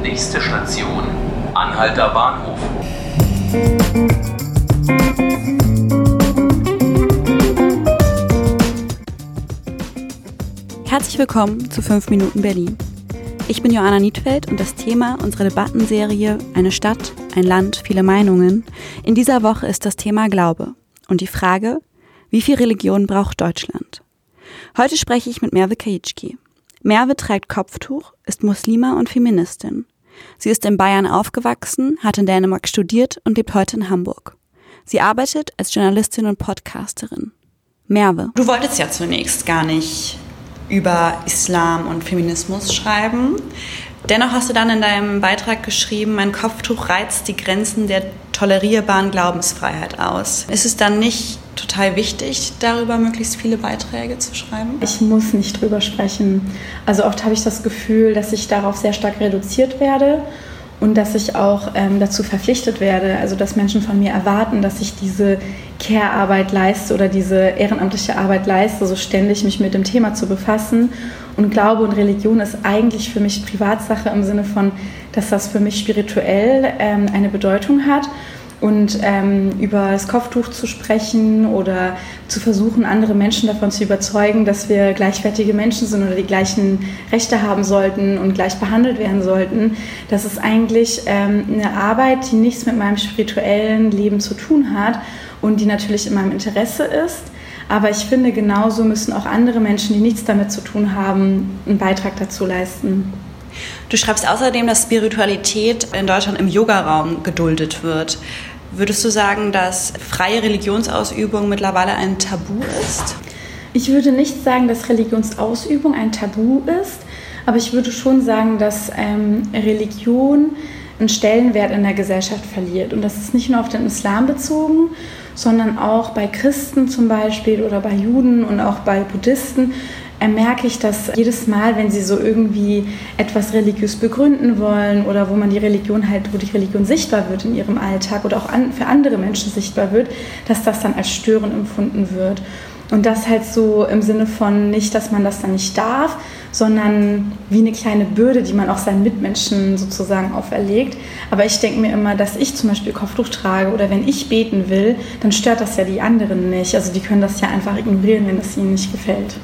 Nächste Station, Anhalter Bahnhof. Herzlich willkommen zu 5 Minuten Berlin. Ich bin Joanna Niedfeld und das Thema unserer Debattenserie Eine Stadt, ein Land, viele Meinungen in dieser Woche ist das Thema Glaube und die Frage, wie viel Religion braucht Deutschland? Heute spreche ich mit Merve Kayitschki. Merve trägt Kopftuch, ist Muslima und Feministin. Sie ist in Bayern aufgewachsen, hat in Dänemark studiert und lebt heute in Hamburg. Sie arbeitet als Journalistin und Podcasterin. Merve, du wolltest ja zunächst gar nicht über Islam und Feminismus schreiben. Dennoch hast du dann in deinem Beitrag geschrieben, mein Kopftuch reizt die Grenzen der tolerierbaren Glaubensfreiheit aus. Ist es dann nicht total wichtig, darüber möglichst viele Beiträge zu schreiben? Ich muss nicht drüber sprechen. Also oft habe ich das Gefühl, dass ich darauf sehr stark reduziert werde und dass ich auch dazu verpflichtet werde, also dass Menschen von mir erwarten, dass ich diese Care-Arbeit leiste oder diese ehrenamtliche Arbeit leiste, so ständig mich mit dem Thema zu befassen. Und Glaube und Religion ist eigentlich für mich Privatsache im Sinne von, dass das für mich spirituell eine Bedeutung hat. Und über das Kopftuch zu sprechen oder zu versuchen, andere Menschen davon zu überzeugen, dass wir gleichwertige Menschen sind oder die gleichen Rechte haben sollten und gleich behandelt werden sollten, das ist eigentlich eine Arbeit, die nichts mit meinem spirituellen Leben zu tun hat und die natürlich in meinem Interesse ist. Aber ich finde, genauso müssen auch andere Menschen, die nichts damit zu tun haben, einen Beitrag dazu leisten. Du schreibst außerdem, dass Spiritualität in Deutschland im Yogaraum geduldet wird. Würdest du sagen, dass freie Religionsausübung mittlerweile ein Tabu ist? Ich würde nicht sagen, dass Religionsausübung ein Tabu ist, aber ich würde schon sagen, dass Religion einen Stellenwert in der Gesellschaft verliert. Und das ist nicht nur auf den Islam bezogen, sondern auch bei Christen zum Beispiel oder bei Juden und auch bei Buddhisten merke ich, dass jedes Mal, wenn sie so irgendwie etwas religiös begründen wollen oder wo die Religion sichtbar wird in ihrem Alltag oder auch für andere Menschen sichtbar wird, dass das dann als störend empfunden wird. Und das halt so im Sinne von nicht, dass man das dann nicht darf, sondern wie eine kleine Bürde, die man auch seinen Mitmenschen sozusagen auferlegt. Aber ich denke mir immer, dass ich zum Beispiel Kopftuch trage oder wenn ich beten will, dann stört das ja die anderen nicht. Also die können das ja einfach ignorieren, wenn das ihnen nicht gefällt.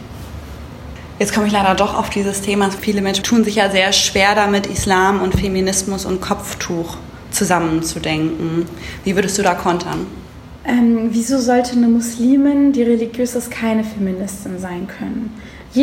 Jetzt komme ich leider doch auf dieses Thema. Viele Menschen tun sich ja sehr schwer damit, Islam und Feminismus und Kopftuch zusammenzudenken. Wie würdest du da kontern? Wieso sollte eine Muslimin, die religiös ist, keine Feministin sein können?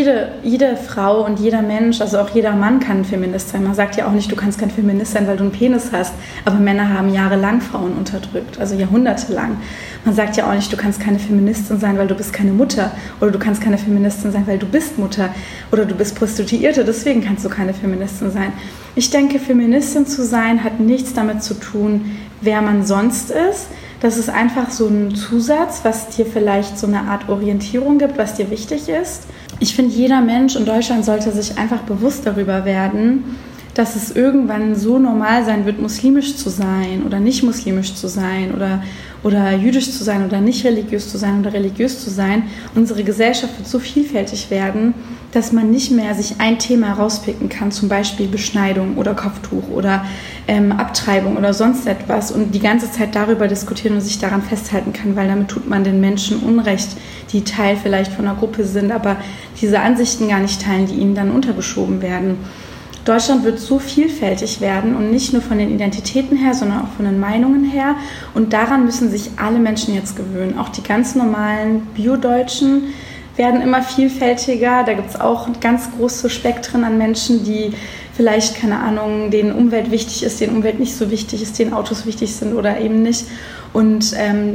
Jede Frau und jeder Mensch, also auch jeder Mann kann ein Feminist sein. Man sagt ja auch nicht, du kannst kein Feminist sein, weil du einen Penis hast. Aber Männer haben jahrelang Frauen unterdrückt, also jahrhundertelang. Man sagt ja auch nicht, du kannst keine Feministin sein, weil du bist keine Mutter. Oder du kannst keine Feministin sein, weil du bist Mutter. Oder du bist Prostituierte, deswegen kannst du keine Feministin sein. Ich denke, Feministin zu sein hat nichts damit zu tun, wer man sonst ist. Das ist einfach so ein Zusatz, was dir vielleicht so eine Art Orientierung gibt, was dir wichtig ist. Ich finde, jeder Mensch in Deutschland sollte sich einfach bewusst darüber werden, dass es irgendwann so normal sein wird, muslimisch zu sein oder nicht muslimisch zu sein oder jüdisch zu sein oder nicht religiös zu sein oder religiös zu sein. Unsere Gesellschaft wird so vielfältig werden, dass man nicht mehr sich ein Thema rauspicken kann, zum Beispiel Beschneidung oder Kopftuch oder Abtreibung oder sonst etwas und die ganze Zeit darüber diskutieren und sich daran festhalten kann, weil damit tut man den Menschen Unrecht, die Teil vielleicht von einer Gruppe sind, aber diese Ansichten gar nicht teilen, die ihnen dann untergeschoben werden. Deutschland wird so vielfältig werden und nicht nur von den Identitäten her, sondern auch von den Meinungen her. Und daran müssen sich alle Menschen jetzt gewöhnen. Auch die ganz normalen Bio-Deutschen werden immer vielfältiger. Da gibt es auch ganz große Spektren an Menschen, die vielleicht, keine Ahnung, denen Umwelt wichtig ist, denen Umwelt nicht so wichtig ist, denen Autos wichtig sind oder eben nicht. Und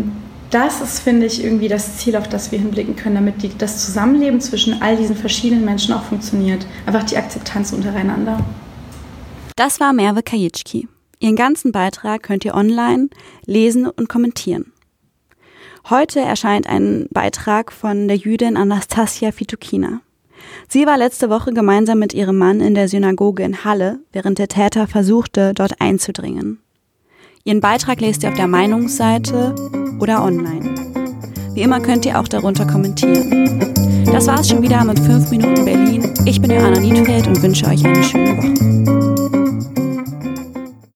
das ist, finde ich, irgendwie das Ziel, auf das wir hinblicken können, damit das Zusammenleben zwischen all diesen verschiedenen Menschen auch funktioniert. Einfach die Akzeptanz untereinander. Das war Merve Kayitschki. Ihren ganzen Beitrag könnt ihr online lesen und kommentieren. Heute erscheint ein Beitrag von der Jüdin Anastasia Fitokina. Sie war letzte Woche gemeinsam mit ihrem Mann in der Synagoge in Halle, während der Täter versuchte, dort einzudringen. Ihren Beitrag lest ihr auf der Meinungsseite oder online. Wie immer könnt ihr auch darunter kommentieren. Das war's schon wieder mit 5 Minuten Berlin. Ich bin Joanna Niedfeld und wünsche euch eine schöne Woche.